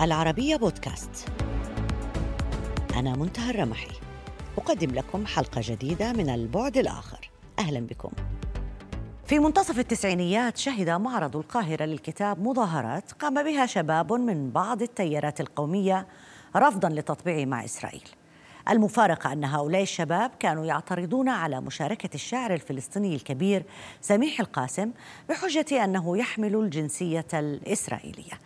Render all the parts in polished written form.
العربية بودكاست. أنا منتهى الرمحي، أقدم لكم حلقة جديدة من البعد الآخر. أهلا بكم. في منتصف التسعينيات شهد معرض القاهرة للكتاب مظاهرات قام بها شباب من بعض التيارات القومية رفضاً للتطبيع مع إسرائيل. المفارقة أن هؤلاء الشباب كانوا يعترضون على مشاركة الشاعر الفلسطيني الكبير سميح القاسم بحجة أنه يحمل الجنسية الإسرائيلية.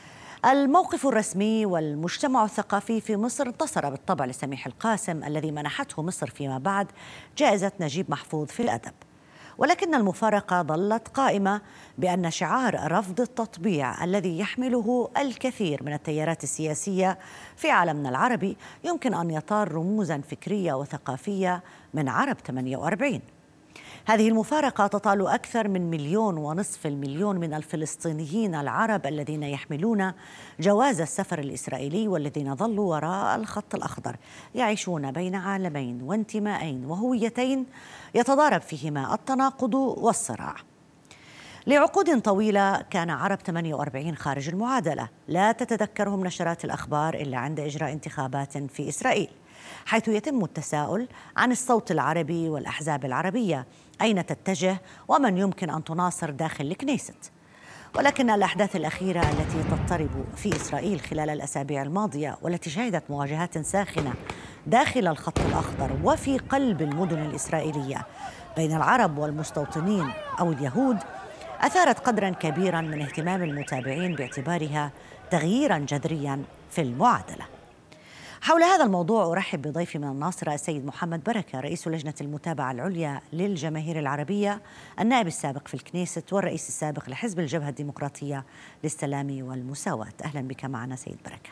الموقف الرسمي والمجتمع الثقافي في مصر انتصر بالطبع لسميح القاسم الذي منحته مصر فيما بعد جائزة نجيب محفوظ في الأدب، ولكن المفارقة ظلت قائمة بأن شعار رفض التطبيع الذي يحمله الكثير من التيارات السياسية في عالمنا العربي يمكن أن يطال رموزاً فكرية وثقافية من عرب 48. هذه المفارقة تطال أكثر من 1.5 مليون من الفلسطينيين العرب الذين يحملون جواز السفر الإسرائيلي والذين ظلوا وراء الخط الأخضر، يعيشون بين عالمين وانتمائين وهويتين يتضارب فيهما التناقض والصراع. لعقود طويلة كان عرب 48 خارج المعادلة، لا تتذكرهم نشرات الأخبار إلا عند إجراء انتخابات في إسرائيل، حيث يتم التساؤل عن الصوت العربي والأحزاب العربية، أين تتجه ومن يمكن أن تناصر داخل الكنيست. ولكن الأحداث الأخيرة التي تضطرب في إسرائيل خلال الأسابيع الماضية والتي شهدت مواجهات ساخنة داخل الخط الأخضر وفي قلب المدن الإسرائيلية بين العرب والمستوطنين أو اليهود أثارت قدراً كبيراً من اهتمام المتابعين باعتبارها تغييراً جذرياً في المعادلة. حول هذا الموضوع أرحب بضيفي من الناصرة السيد محمد بركة، رئيس لجنة المتابعة العليا للجماهير العربية، النائب السابق في الكنيست والرئيس السابق لحزب الجبهة الديمقراطية للسلام والمساواة. أهلا بك معنا سيد بركة.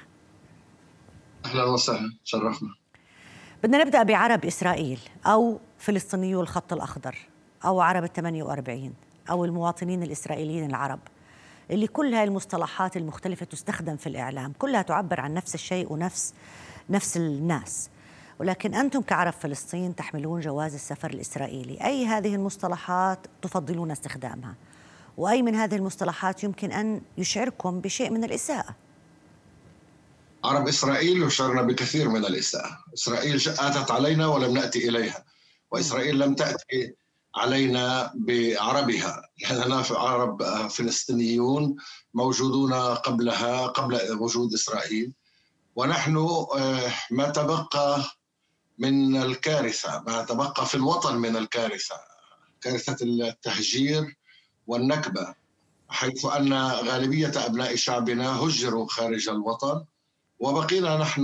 أهلا وسهلا، شرفنا. بدنا نبدأ بعرب إسرائيل أو فلسطينيو الخط الأخضر أو عرب 48 أو المواطنين الإسرائيليين العرب، اللي كل هاي المصطلحات المختلفة تستخدم في الإعلام، كلها تعبر عن نفس الشيء ونفس الناس، ولكن أنتم كعرب فلسطين تحملون جواز السفر الإسرائيلي. أي هذه المصطلحات تفضلون استخدامها؟ وأي من هذه المصطلحات يمكن أن يشعركم بشيء من الإساءة؟ عرب إسرائيل يشعرنا بكثير من الإساءة. إسرائيل آتت علينا ولم نأتي إليها، وإسرائيل لم تأتي علينا بعربها، لأننا عرب فلسطينيون موجودون قبلها، قبل وجود إسرائيل، ونحن ما تبقى من الكارثة، ما تبقى في الوطن من الكارثة، كارثة التهجير والنكبة، حيث أن غالبية أبناء شعبنا هجروا خارج الوطن، وبقينا نحن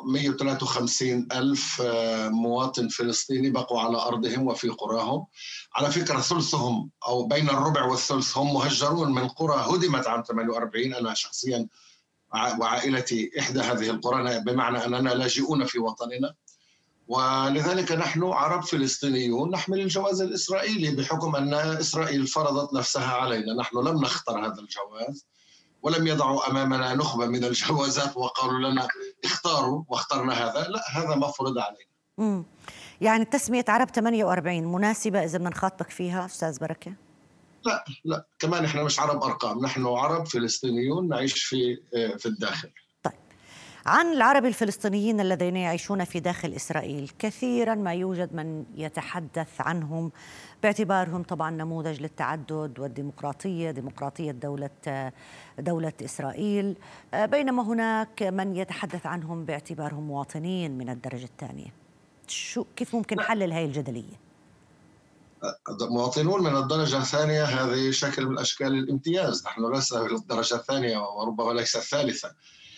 153 ألف مواطن فلسطيني بقوا على أرضهم وفي قراهم. على فكرة ثلثهم أو بين الربع والثلث هم مهجرون من قرى هدمت عام 48. أنا شخصيا وعائلتي إحدى هذه القرى، بمعنى أننا لاجئون في وطننا، ولذلك نحن عرب فلسطينيون نحمل الجواز الإسرائيلي بحكم أن إسرائيل فرضت نفسها علينا. نحن لم نختر هذا الجواز، ولم يضعوا أمامنا نخبة من الجوازات وقالوا لنا اختاروا واخترنا هذا، لا، هذا ما فرض علينا. يعني تسمية عرب 48 مناسبة إذا بدنا نخاطبك فيها أستاذ بركة؟ لا، كمان إحنا مش عرب أرقام، نحن عرب فلسطينيون نعيش في الداخل. طيب، عن العرب الفلسطينيين الذين يعيشون في داخل إسرائيل كثيراً ما يوجد من يتحدث عنهم باعتبارهم طبعاً نموذج للتعدد والديمقراطية، ديمقراطية دولة إسرائيل، بينما هناك من يتحدث عنهم باعتبارهم مواطنين من الدرجة الثانية. كيف ممكن حلل هاي الجدلية؟ مواطنون من الدرجة الثانية هذه شكل من أشكال الامتياز، نحن لسنا في الدرجة الثانية وربما ليس الثالثة.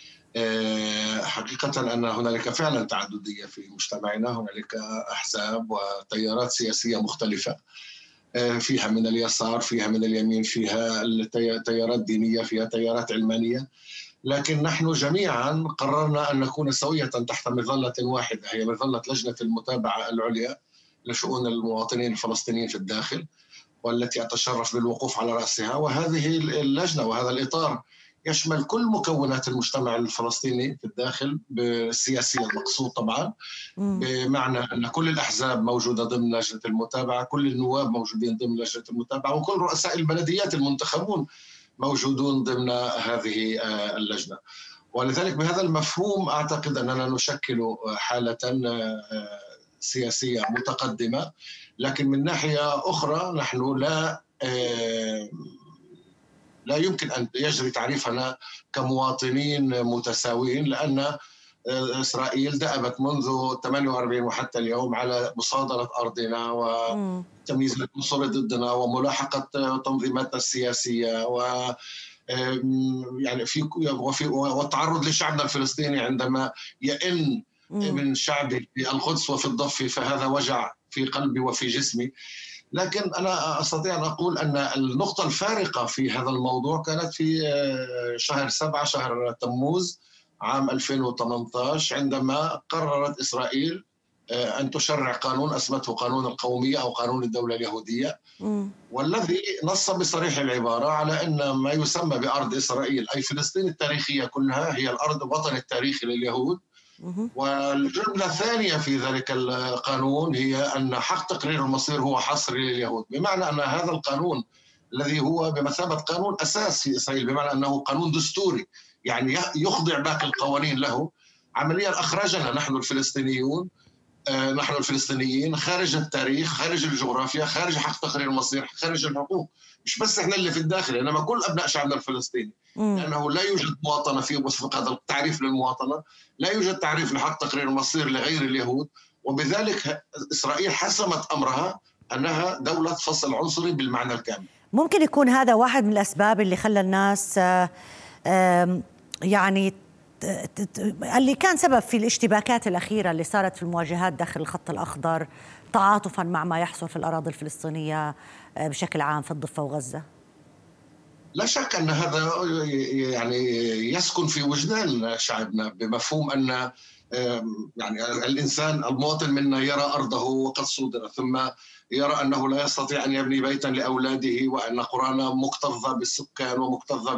حقيقة أن هنالك فعلا تعددية في مجتمعنا، هنالك أحزاب وتيارات سياسية مختلفة، فيها من اليسار، فيها من اليمين، فيها تيارات دينية، فيها تيارات علمانية، لكن نحن جميعا قررنا أن نكون سوية تحت مظلة واحدة، هي مظلة لجنة المتابعة العليا لشؤون المواطنين الفلسطينيين في الداخل، والتي أتشرف بالوقوف على رأسها. وهذه اللجنة وهذا الإطار يشمل كل مكونات المجتمع الفلسطيني في الداخل بالسياسية المقصود طبعا، بمعنى أن كل الأحزاب موجودة ضمن لجنة المتابعة، كل النواب موجودين ضمن لجنة المتابعة، وكل رؤساء البلديات المنتخبون موجودون ضمن هذه اللجنة. ولذلك بهذا المفهوم أعتقد أننا نشكل حالة سياسية متقدمة، لكن من ناحية أخرى نحن لا يمكن أن يجري تعريفنا كمواطنين متساويين، لأن إسرائيل دأبت منذ 48 وحتى اليوم على مصادرة أرضنا وتمييز العنصر ضدنا وملاحقة تنظيماتنا السياسية يعني والتعرض لشعبنا الفلسطيني عندما يئن من شعبي في القدس وفي الضفة، فهذا وجع في قلبي وفي جسمي. لكن أنا أستطيع أن أقول أن النقطة الفارقة في هذا الموضوع كانت في شهر 7 شهر تموز عام 2018 عندما قررت إسرائيل أن تشرع قانون أسمته قانون القومية أو قانون الدولة اليهودية، والذي نص بصريح العبارة على أن ما يسمى بأرض إسرائيل أي فلسطين التاريخية كلها هي الأرض الوطن التاريخي لليهود. والجملة الثانية في ذلك القانون هي أن حق تقرير المصير هو حصري لليهود، بمعنى أن هذا القانون الذي هو بمثابة قانون أساس في إسرائيل، بمعنى أنه قانون دستوري يعني يخضع باقي القوانين له، عمليا أخرجنا نحن الفلسطينيين خارج التاريخ، خارج الجغرافيا، خارج حق تقرير المصير، خارج الحقوق. مش بس احنا اللي في الداخل، انما كل ابناء شعبنا الفلسطيني، لانه لا يوجد مواطنه في وفق هذا التعريف للمواطنه، لا يوجد تعريف لحق تقرير المصير لغير اليهود، وبذلك اسرائيل حسمت امرها انها دوله فصل عنصري بالمعنى الكامل. ممكن يكون هذا واحد من الاسباب اللي خلى الناس يعني اللي كان سبب في الاشتباكات الأخيرة اللي صارت في المواجهات داخل الخط الأخضر، تعاطفاً مع ما يحصل في الأراضي الفلسطينية بشكل عام في الضفة وغزة. لا شك أن هذا يعني يسكن في وجدان شعبنا، بمفهوم أن يعني الإنسان المواطن منا يرى أرضه وقد صودرت، ثم يرى أنه لا يستطيع أن يبني بيتا لأولاده، وأن قرانا مكتظة بالسكان ومكتظة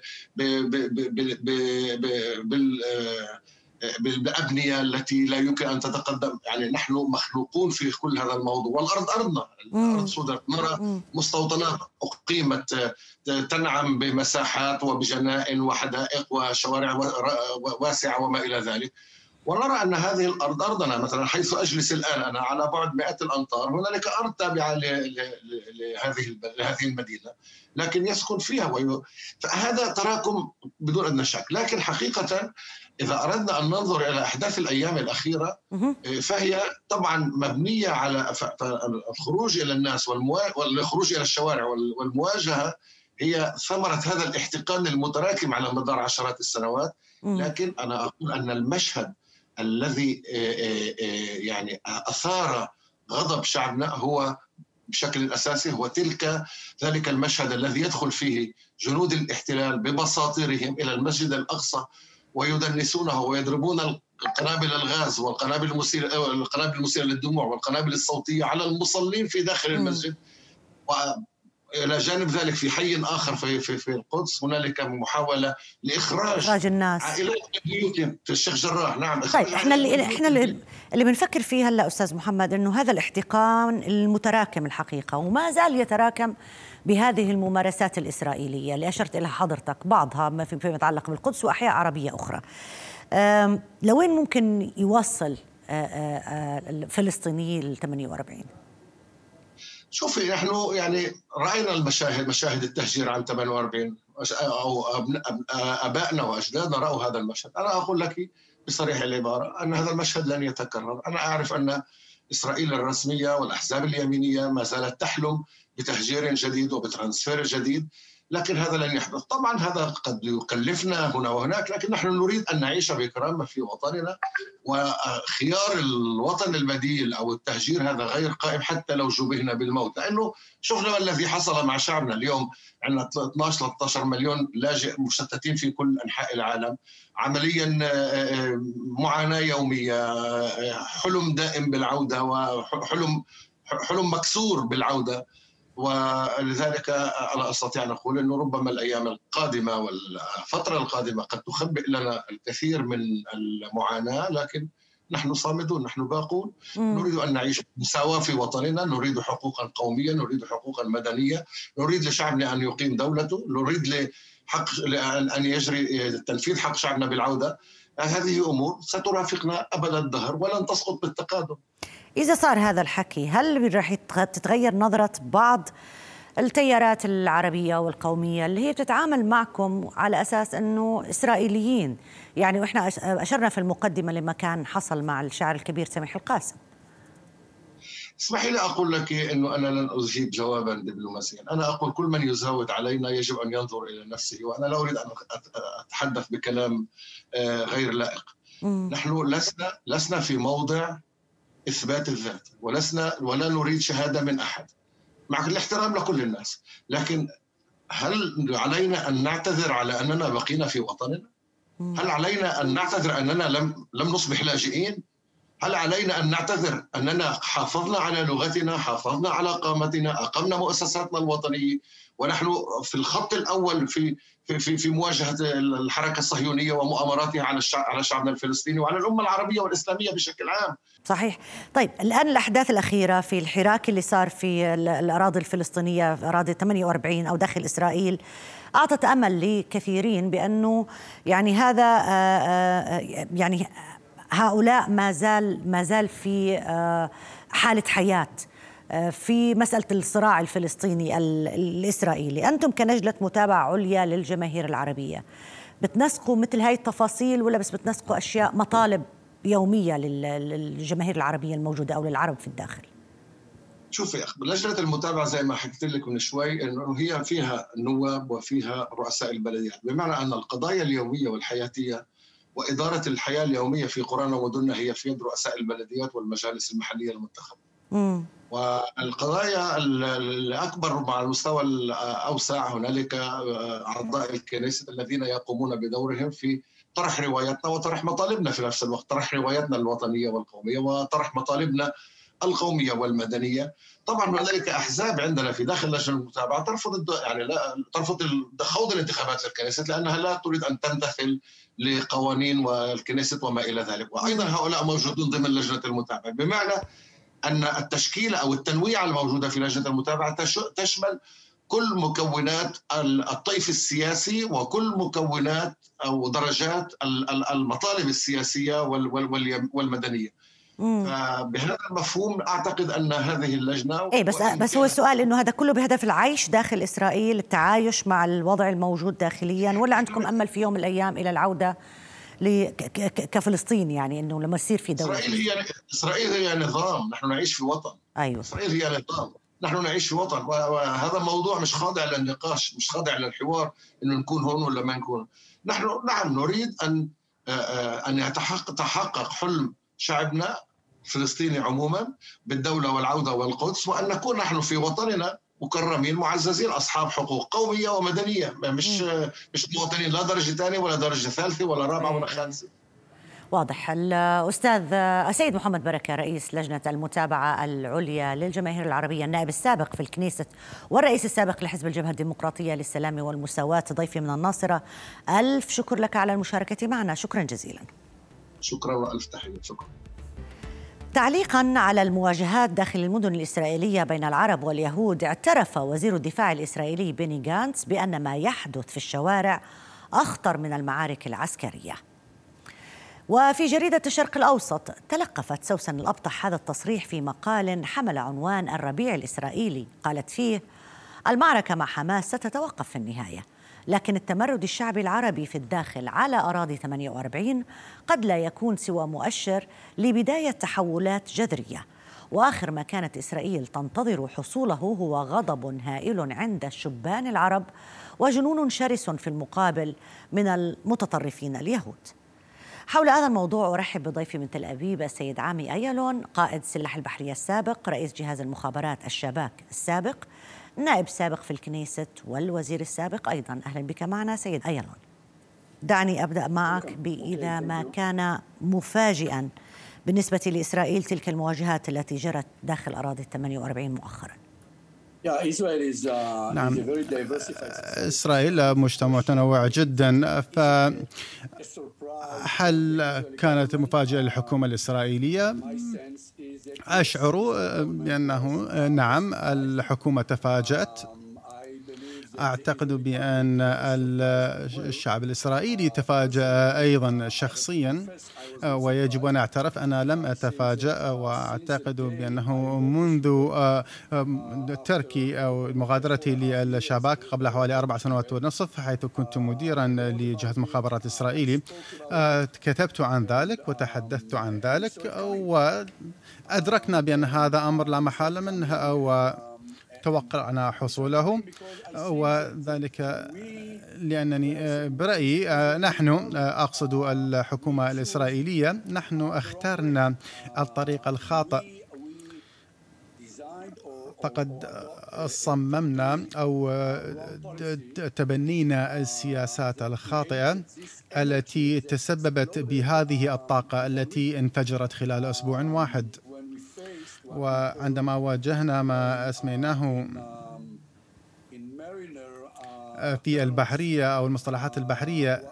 بالأبنية التي لا يمكن أن تتقدم. يعني نحن مخلوقون في كل هذا الموضوع، والأرض أرضنا، الأرض صودرت، نرى مستوطنات أقيمت تنعم بمساحات وبجنائن وحدائق وشوارع واسعة وما إلى ذلك، ونرى أن هذه الأرض أرضنا. مثلا حيث أجلس الآن أنا على بعد مئات الأمتار هنالك أرض تابعة لهذه المدينة، لكن يسكن فيها فهذا تراكم بدون أدنى شك. لكن حقيقة إذا أردنا أن ننظر إلى أحداث الأيام الأخيرة فهي طبعا مبنية على الخروج إلى الناس والخروج إلى الشوارع والمواجهة، هي ثمرة هذا الاحتقان المتراكم على مدار عشرات السنوات. لكن أنا أقول أن المشهد الذي يعني أثار غضب شعبنا هو بشكل أساسي هو ذلك المشهد الذي يدخل فيه جنود الاحتلال ببساطيرهم إلى المسجد الأقصى ويدنسونه ويضربون القنابل الغاز والقنابل المثيرة للدموع والقنابل الصوتية على المصلين في داخل المسجد. إلى جانب ذلك في حي آخر في القدس هنالك محاولة لإخراج الناس عائلات بيوتهم في الشيخ جراح. نعم. طيب احنا اللي بنفكر فيه هلا أستاذ محمد إنه هذا الاحتقان المتراكم الحقيقة وما زال يتراكم بهذه الممارسات الإسرائيلية اللي أشرت إلى حضرتك، بعضها فيما يتعلق بالقدس وأحياء عربية أخرى. لوين ممكن يوصل الفلسطينيين ال 48؟ شوفي نحن يعني رأينا مشاهد التهجير عام 48 أو أبائنا وأجدادنا رأوا هذا المشهد. أنا أقول لك بصريح العبارة أن هذا المشهد لن يتكرر. أنا أعرف أن إسرائيل الرسمية والأحزاب اليمينية ما زالت تحلم بتهجير جديد وبترانسفير جديد، لكن هذا لن يحدث. طبعا هذا قد يكلفنا هنا وهناك، لكن نحن نريد أن نعيش بكرامة في وطننا، وخيار الوطن البديل أو التهجير هذا غير قائم حتى لو جبهنا بالموت، لأنه شوفنا ما الذي حصل مع شعبنا اليوم. عندنا 12-13 مليون لاجئ مشتتين في كل أنحاء العالم، عمليا معاناة يومية، حلم دائم بالعودة وحلم مكسور بالعودة. ولذلك أنا أستطيع أن أقول أنه ربما الأيام القادمة والفترة القادمة قد تخبئ لنا الكثير من المعاناة، لكن نحن صامدون، نحن باقون. نريد أن نعيش بمساواة في وطننا، نريد حقوقا قومية، نريد حقوقا مدنية، نريد لشعبنا أن يقيم دولته، نريد أن يجري تنفيذ حق شعبنا بالعودة. هذه أمور سترافقنا أبد الدهر ولن تسقط بالتقادم. إذا صار هذا الحكي، هل رح تتغير نظرة بعض التيارات العربية والقومية اللي هي بتتعامل معكم على أساس أنه إسرائيليين؟ يعني وإحنا أشرنا في المقدمة لما كان حصل مع الشاعر الكبير سميح القاسم. اسمحي لي أقول لك أنه أنا لن أجيب جوابا دبلوماسيا. أنا أقول كل من يزود علينا يجب أن ينظر إلى نفسه، وأنا لا أريد أن أتحدث بكلام غير لائق. نحن لسنا في موضع إثبات الذات، ولا نريد شهادة من أحد، مع الاحترام لكل الناس. لكن هل علينا أن نعتذر على أننا بقينا في وطننا؟ هل علينا أن نعتذر أننا لم نصبح لاجئين؟ هل علينا أن نعتذر أننا حافظنا على لغتنا، حافظنا على قامتنا، أقمنا مؤسساتنا الوطنية، ونحن في الخط الأول في مواجهة الحركة الصهيونية ومؤامراتها على شعبنا الفلسطيني وعلى الأمة العربية والإسلامية بشكل عام؟ صحيح. طيب الآن الأحداث الأخيرة في الحراك اللي صار في الأراضي الفلسطينية، أراضي 48 أو داخل إسرائيل، أعطت أمل لكثيرين بأنه يعني هذا يعني هؤلاء ما زال في حالة حياة في مسألة الصراع الفلسطيني الإسرائيلي. أنتم كنجلة متابعة عليا للجماهير العربية بتنسقوا مثل هاي التفاصيل، ولا بس بتنسقوا أشياء مطالب يومية للجماهير العربية الموجودة أو للعرب في الداخل؟ شوفي، لجنة المتابعة زي ما حكيت لك من شوي أنه هي فيها نواب وفيها رؤساء البلديات، بمعنى أن القضايا اليومية والحياتية وإدارة الحياة اليومية في قرانا ومدننا هي في يد رؤساء البلديات والمجالس المحلية المنتخبة. والقضايا الأكبر مع المستوى الأوسع هنالك أعضاء الكنيسة الذين يقومون بدورهم في طرح رواياتنا وطرح مطالبنا، في نفس الوقت طرح رواياتنا الوطنية والقومية وطرح مطالبنا القومية والمدنية. طبعا هنالك أحزاب عندنا في داخل لجنة المتابعة ترفض خوض الانتخابات للكنيسة لأنها لا تريد أن تمتثل لقوانين والكنيسة وما إلى ذلك، وأيضا هؤلاء موجودون ضمن لجنة المتابعة، بمعنى أن التشكيلة أو التنويع الموجودة في لجنة المتابعة تشمل كل مكونات الطيف السياسي وكل مكونات أو درجات المطالب السياسية والمدنية. فبهذا المفهوم أعتقد أن هذه اللجنة بس هو السؤال إنه هذا كله بهدف العيش داخل إسرائيل، التعايش مع الوضع الموجود داخليا، ولا عندكم أمل في يوم من الأيام إلى العودة كفلسطين، يعني إنه لما يصير في دولة؟ إسرائيل هي نظام، نحن نعيش في وطن. أيوة. إسرائيل هي نظام، نحن نعيش في وطن، وهذا موضوع مش خاضع للنقاش، مش خاضع للحوار إنه نكون هون ولا ما نكون. نحن نعم نريد أن يتحقق حلم شعبنا الفلسطيني عموما بالدولة والعودة والقدس، وأن نكون نحن في وطننا مكرمين معززين أصحاب حقوق قومية ومدنية، مش مواطنين لا درجة ثانية ولا درجة ثالثة ولا رابعة ولا خامسة. واضح. الأستاذ السيد محمد بركة، رئيس لجنة المتابعة العليا للجماهير العربية، النائب السابق في الكنيسة والرئيس السابق لحزب الجبهة الديمقراطية للسلام والمساواة، ضيفي من الناصرة، ألف شكر لك على المشاركة معنا. شكرا جزيلا. شكرا وألف تحية. شكرا. تعليقا على المواجهات داخل المدن الإسرائيلية بين العرب واليهود، اعترف وزير الدفاع الإسرائيلي بيني غانتس بأن ما يحدث في الشوارع أخطر من المعارك العسكرية. وفي جريدة الشرق الأوسط تلقفت سوسن الأبطح هذا التصريح في مقال حمل عنوان الربيع الإسرائيلي، قالت فيه: المعركة مع حماس ستتوقف في النهاية، لكن التمرد الشعبي العربي في الداخل على أراضي 48 قد لا يكون سوى مؤشر لبداية تحولات جذرية، وآخر ما كانت إسرائيل تنتظر حصوله هو غضب هائل عند الشبان العرب وجنون شرس في المقابل من المتطرفين اليهود. حول هذا الموضوع أرحب بضيفي من تل أبيب السيد عامي أيالون، قائد السلاح البحرية السابق، رئيس جهاز المخابرات الشباك السابق، نائب سابق في الكنيسة والوزير السابق أيضا. أهلا بك معنا سيد أيالون. دعني أبدأ معك بإذا ما كان مفاجئا بالنسبة لإسرائيل تلك المواجهات التي جرت داخل أراضي 48 مؤخرا. نعم، إسرائيل مجتمع متنوع جدا، فهل كانت مفاجأة للحكومة الإسرائيلية؟ أشعر بأنه نعم، الحكومة تفاجأت. أعتقد بأن الشعب الإسرائيلي تفاجأ أيضا شخصيا، ويجب أن أعترف أنا لم أتفاجأ، وأعتقد بأنه منذ تركي أو مغادرتي للشباك قبل حوالي 4 سنوات ونصف، حيث كنت مديرا لجهة مخابرات إسرائيلي، كتبت عن ذلك وتحدثت عن ذلك، وأدركنا بأن هذا أمر لا محالة منه وتوقعنا حصوله، وذلك لأنني برأيي نحن أقصد الحكومة الإسرائيلية نحن اخترنا الطريق الخاطئ. فقد صممنا أو تبنينا السياسات الخاطئة التي تسببت بهذه الطاقة التي انفجرت خلال أسبوع واحد. وعندما واجهنا ما أسميناه في البحرية أو المصطلحات البحرية،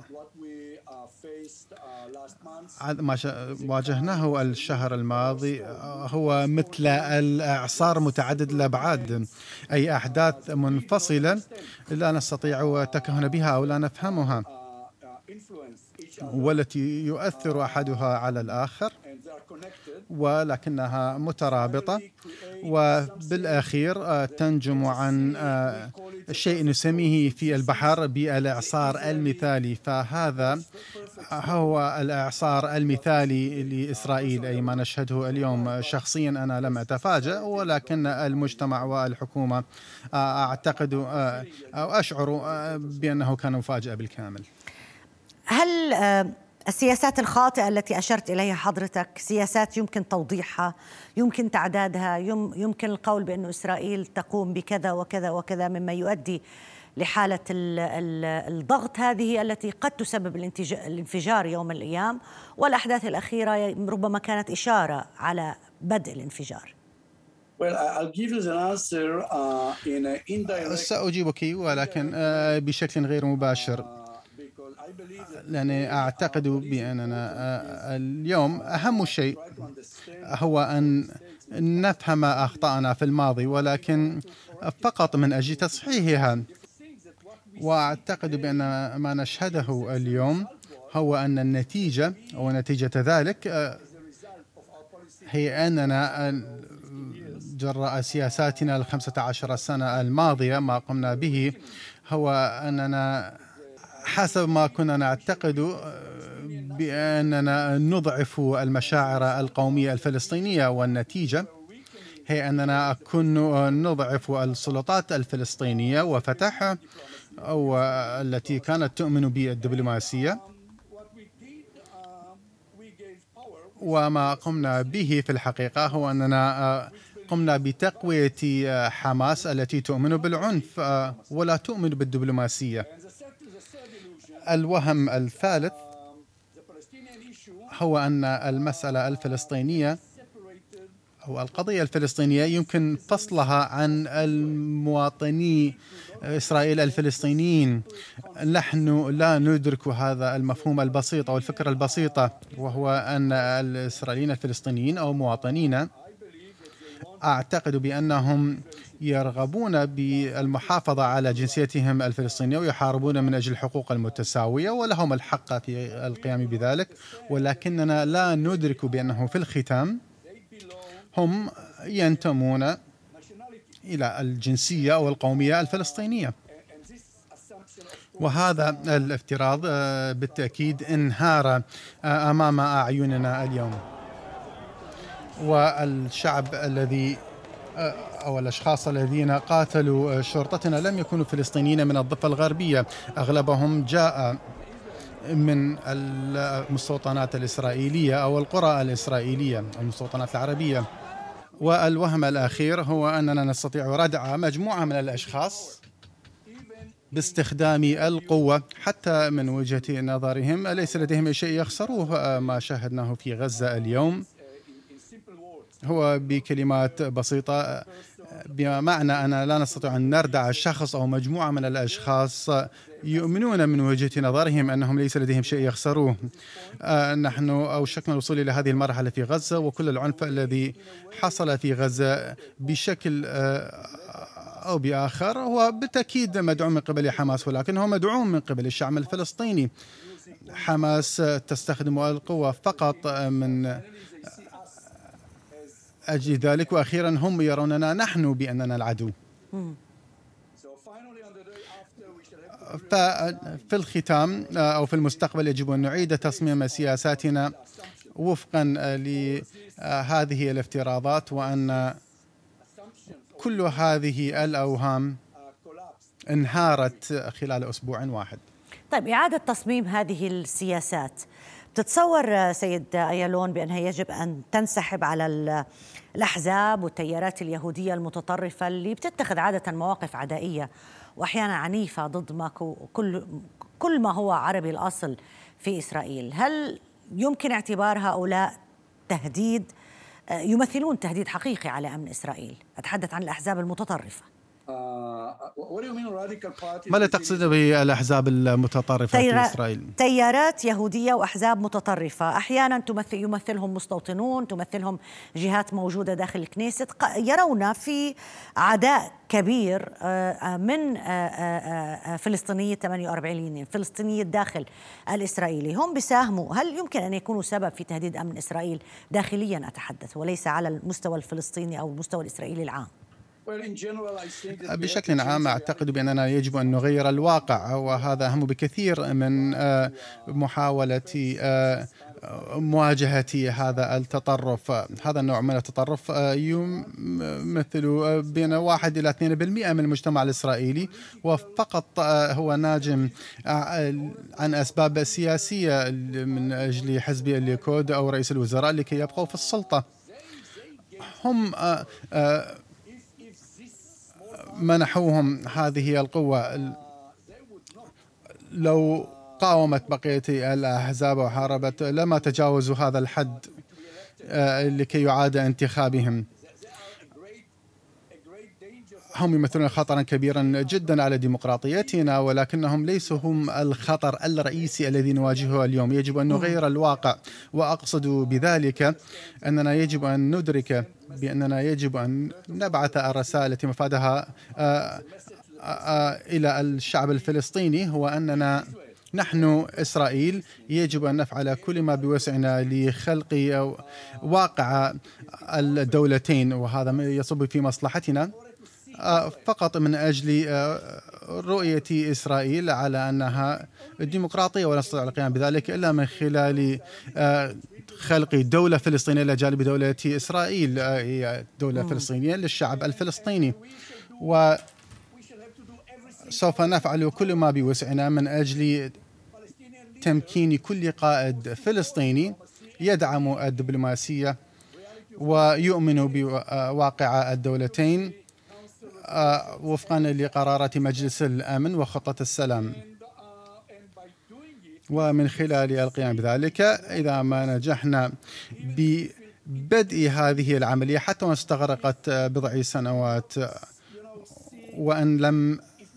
ما واجهناه الشهر الماضي هو مثل الإعصار متعدد الأبعاد، أي أحداث منفصلة لا نستطيع التكهن بها أو لا نفهمها، والتي يؤثر أحدها على الآخر ولكنها مترابطة، وبالأخير تنجم عن شيء نسميه في البحر بالإعصار المثالي. فهذا هو الإعصار المثالي لإسرائيل، أي ما نشهده اليوم. شخصيا أنا لم أتفاجأ، ولكن المجتمع والحكومة أعتقد أو أشعر بأنه كان مفاجأة بالكامل. هل السياسات الخاطئة التي أشرت إليها حضرتك سياسات يمكن توضيحها، يمكن تعدادها، يمكن القول بأن إسرائيل تقوم بكذا وكذا وكذا، مما يؤدي لحالة الضغط هذه التي قد تسبب الانفجار يوم من الأيام، والأحداث الأخيرة ربما كانت إشارة على بدء الانفجار؟ سأجيبك ولكن بشكل غير مباشر، لأني أعتقد بأننا اليوم أهم شيء هو أن نفهم أخطاءنا في الماضي، ولكن فقط من أجل تصحيحها. وأعتقد بأن ما نشهده اليوم هو أن النتيجة أو نتيجة ذلك هي أننا جراء سياساتنا 15 سنة الماضية ما قمنا به هو أننا حسب ما كنا نعتقد بأننا نضعف المشاعر القومية الفلسطينية، والنتيجة هي أننا كنا نضعف السلطات الفلسطينية وفتح أو التي كانت تؤمن بالدبلوماسية. وما قمنا به في الحقيقة هو أننا قمنا بتقوية حماس التي تؤمن بالعنف ولا تؤمن بالدبلوماسية. الوهم الثالث هو أن المسألة الفلسطينية أو القضية الفلسطينية يمكن فصلها عن المواطني إسرائيل الفلسطينيين. نحن لا ندرك هذا المفهوم البسيط أو الفكرة البسيطة، وهو أن الإسرائيليين الفلسطينيين أو مواطنين أعتقد بأنهم يرغبون بالمحافظة على جنسيتهم الفلسطينية ويحاربون من أجل الحقوق المتساوية، ولهم الحق في القيام بذلك، ولكننا لا ندرك بأنه في الختام هم ينتمون إلى الجنسية أو القومية الفلسطينية. وهذا الافتراض بالتأكيد انهار أمام أعيننا اليوم. والشعب الذي أو الأشخاص الذين قاتلوا شرطتنا لم يكونوا فلسطينيين من الضفة الغربية، أغلبهم جاء من المستوطنات الإسرائيلية أو القرى الإسرائيلية، المستوطنات العربية. والوهم الأخير هو أننا نستطيع ردع مجموعة من الأشخاص باستخدام القوة حتى من وجهة نظرهم ليس لديهم شيء يخسروه. ما شاهدناه في غزة اليوم هو بكلمات بسيطة، بمعنى أن لا نستطيع أن نردع شخص أو مجموعة من الأشخاص يؤمنون من وجهة نظرهم أنهم ليس لديهم شيء يخسروه. نحن أوشكنا الوصول إلى هذه المرحلة في غزة، وكل العنف الذي حصل في غزة بشكل أو بآخر هو بالتأكيد مدعوم من قبل حماس، ولكن هو مدعوم من قبل الشعب الفلسطيني. حماس تستخدم القوة فقط من أجل ذلك، وأخيرا هم يروننا نحن بأننا العدو. ففي الختام أو في المستقبل يجب أن نعيد تصميم سياساتنا وفقا لهذه الافتراضات، وأن كل هذه الأوهام انهارت خلال أسبوع واحد. طيب، إعادة تصميم هذه السياسات، تتصور سيد أيالون بأنها يجب أن تنسحب على الأحزاب والتيارات اليهودية المتطرفة اللي بتتخذ عادة مواقف عدائية وأحيانا عنيفة ضد كل ما هو عربي الأصل في إسرائيل؟ هل يمكن اعتبار هؤلاء تهديد، يمثلون تهديد حقيقي على أمن إسرائيل؟ أتحدث عن الأحزاب المتطرفة. ما تقصد بالأحزاب المتطرفة في إسرائيل؟ تيارات يهودية وأحزاب متطرفة، أحيانا يمثلهم مستوطنون، تمثلهم جهات موجودة داخل الكنيست، يرون في عداء كبير من فلسطينية 48 فلسطينية داخل الإسرائيلي. هم بيساهموا، هل يمكن أن يكونوا سبب في تهديد أمن إسرائيل داخليا أتحدث، وليس على المستوى الفلسطيني أو المستوى الإسرائيلي العام؟ بشكل عام أعتقد بأننا يجب أن نغير الواقع، وهذا أهم بكثير من محاولة مواجهة هذا التطرف. هذا النوع من التطرف يمثل بين 1 إلى 2% من المجتمع الإسرائيلي، وفقط هو ناجم عن أسباب سياسية من أجل حزب الليكود أو رئيس الوزراء لكي يبقوا في السلطة. هم منحوهم هذه القوة. لو قاومت بقية الأحزاب وحاربت لما تجاوزوا هذا الحد لكي يعاد انتخابهم. هم يمثلون خطرا كبيرا جدا على ديمقراطيتنا، ولكنهم ليسوا هم الخطر الرئيسي الذي نواجهه اليوم. يجب أن نغير الواقع، وأقصد بذلك أننا يجب أن ندرك بأننا يجب أن نبعث الرسائل التي مفادها إلى الشعب الفلسطيني، هو أننا نحن إسرائيل يجب أن نفعل كل ما بوسعنا لخلق واقع الدولتين، وهذا يصب في مصلحتنا فقط من أجل رؤية إسرائيل على أنها ديمقراطية، ولا نستطيع القيام بذلك إلا من خلال خلق دولة فلسطينية إلى جانب دولة إسرائيل، هي دولة فلسطينية للشعب الفلسطيني. وسوف نفعل كل ما بوسعنا من أجل تمكين كل قائد فلسطيني يدعم الدبلوماسية ويؤمن بواقع الدولتين وفقا لقرارات مجلس الأمن وخطة السلام. ومن خلال القيام بذلك، إذا ما نجحنا ببدء هذه العملية حتى وإن استغرقت بضع سنوات، وأن لم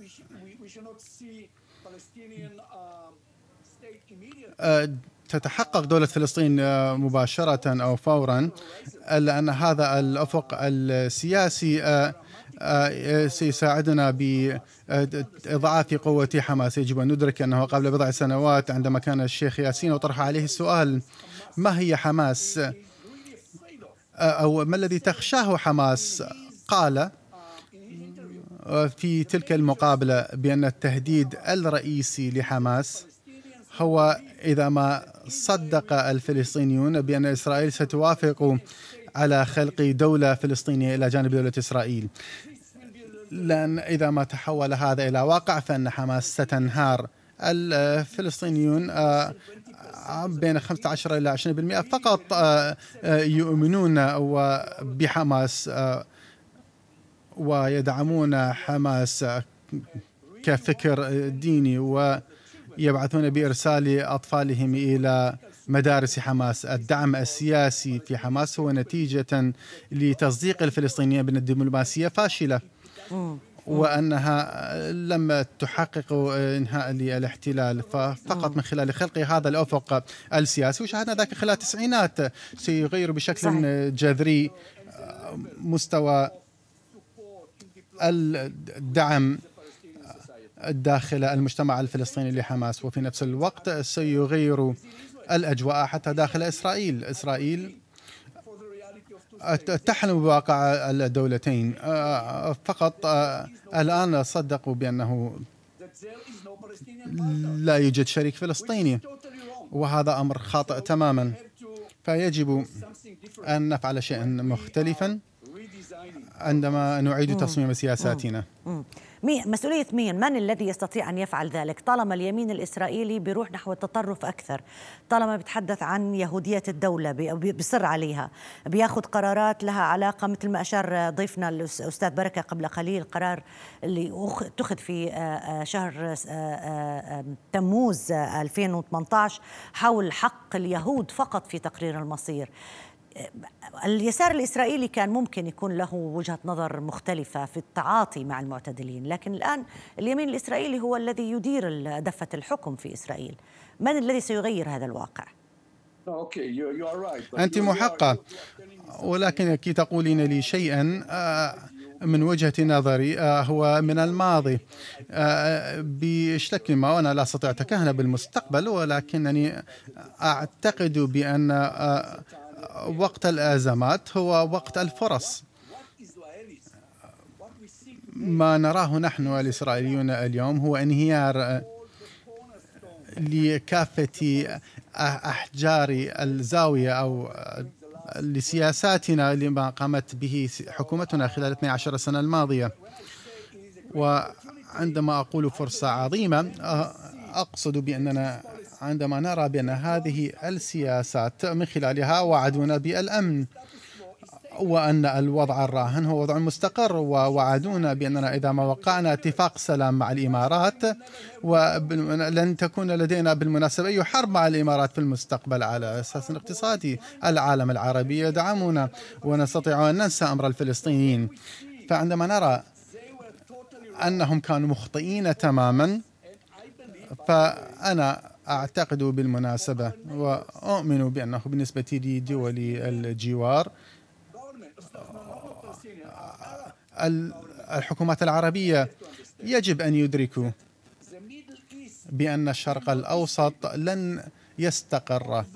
تتحقق دولة فلسطين مباشرة أو فورا، لأن هذا الأفق السياسي سيساعدنا بإضعاف قوة حماس. يجب أن ندرك أنه قبل بضع سنوات عندما كان الشيخ ياسين وطرح عليه السؤال ما هي حماس أو ما الذي تخشاه حماس، قال في تلك المقابلة بأن التهديد الرئيسي لحماس هو إذا ما صدق الفلسطينيون بأن إسرائيل ستوافق على خلق دولة فلسطينية إلى جانب دولة إسرائيل، لأن إذا ما تحول هذا إلى واقع فإن حماس ستنهار. الفلسطينيون بين 15 إلى 20% فقط يؤمنون بحماس ويدعمون حماس كفكر ديني، ويبعثون بإرسال أطفالهم إلى مدارس حماس. الدعم السياسي في حماس هو نتيجة لتصديق الفلسطينيين بأن الدبلوماسية فاشلة وأنها لم تحقق إنهاء للاحتلال، ففقط من خلال خلق هذا الأفق السياسي، وشاهدنا ذلك خلال التسعينات، سيغير بشكل جذري مستوى الدعم داخل المجتمع الفلسطيني لحماس، وفي نفس الوقت سيغير الأجواء حتى داخل إسرائيل تحلم بواقع الدولتين، فقط الآن صدقوا بأنه لا يوجد شريك فلسطيني، وهذا أمر خاطئ تماما. فيجب أن نفعل شيئا مختلفا عندما نعيد تصميم سياساتنا. مسؤولية من الذي يستطيع أن يفعل ذلك طالما اليمين الإسرائيلي بيروح نحو التطرف أكثر، طالما بيتحدث عن يهودية الدولة، بيصر عليها، بياخذ قرارات لها علاقة مثل ما أشار ضيفنا الأستاذ بركة قبل قليل، القرار اللي اتخذ في شهر تموز 2018 حول حق اليهود فقط في تقرير المصير. اليسار الإسرائيلي كان ممكن يكون له وجهة نظر مختلفة في التعاطي مع المعتدلين، لكن الآن اليمين الإسرائيلي هو الذي يدير دفة الحكم في إسرائيل. من الذي سيغير هذا الواقع؟ أنت محقة، ولكن كي تقولين لي شيئا من وجهة نظري هو من الماضي بشكل ما، وأنا لا أستطيع التكهن بالمستقبل، ولكنني أعتقد بأن وقت الأزمات هو وقت الفرص. ما نراه نحن الإسرائيليون اليوم هو انهيار لكافة أحجار الزاوية أو لسياساتنا لما قامت به حكومتنا خلال 12 سنة الماضية. وعندما أقول فرصة عظيمة أقصد بأننا عندما نرى بأن هذه السياسات من خلالها وعدونا بالأمن وأن الوضع الراهن هو وضع مستقر، ووعدونا بأننا إذا ما وقعنا اتفاق سلام مع الإمارات ولن تكون لدينا بالمناسبة أي حرب مع الإمارات في المستقبل على أساس اقتصادي، العالم العربي يدعمنا ونستطيع أن ننسى أمر الفلسطينيين. فعندما نرى أنهم كانوا مخطئين تماما، فأنا أعتقد بالمناسبة وأؤمن بأنه بالنسبة لدول الجوار الحكومات العربية يجب أن يدركوا بأن الشرق الأوسط لن يستقر.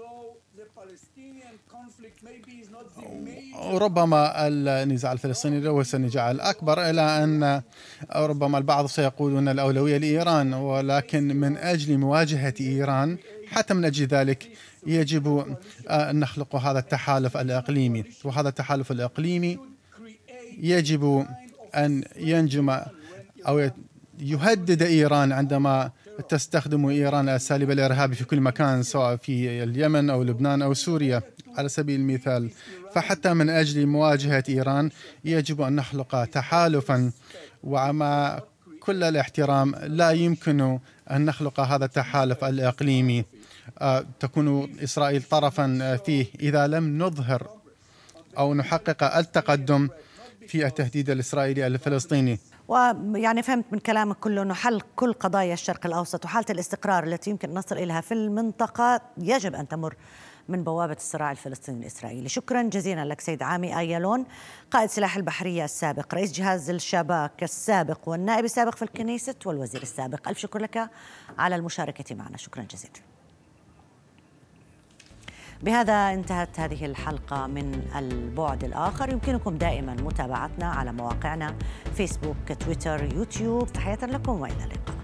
ربما النزاع الفلسطيني ليس النزاع الأكبر، إلى أن ربما البعض سيقولون الأولوية لإيران، ولكن من أجل مواجهة إيران حتى من أجل ذلك يجب أن نخلق هذا التحالف الإقليمي، وهذا التحالف الإقليمي يجب أن ينجم أو يهدد إيران عندما تستخدم إيران أساليب الإرهاب في كل مكان، سواء في اليمن أو لبنان أو سوريا على سبيل المثال. فحتى من أجل مواجهة إيران يجب أن نخلق تحالفا، ومع كل الاحترام لا يمكن أن نخلق هذا التحالف الإقليمي تكون إسرائيل طرفا فيه إذا لم نظهر أو نحقق التقدم في التهديد الإسرائيلي الفلسطيني. ويعني فهمت من كلامك كله أنه حل كل قضايا الشرق الأوسط وحالة الاستقرار التي يمكن نصل إليها في المنطقة يجب أن تمر من بوابة الصراع الفلسطيني الإسرائيلي. شكرا جزيلا لك سيد عامي أيالون، قائد سلاح البحرية السابق، رئيس جهاز الشباك السابق، والنائب السابق في الكنيست، والوزير السابق. ألف شكر لك على المشاركة معنا، شكرا جزيلا. بهذا انتهت هذه الحلقة من البعد الآخر. يمكنكم دائما متابعتنا على مواقعنا فيسبوك، تويتر، يوتيوب. تحية لكم وإلى اللقاء.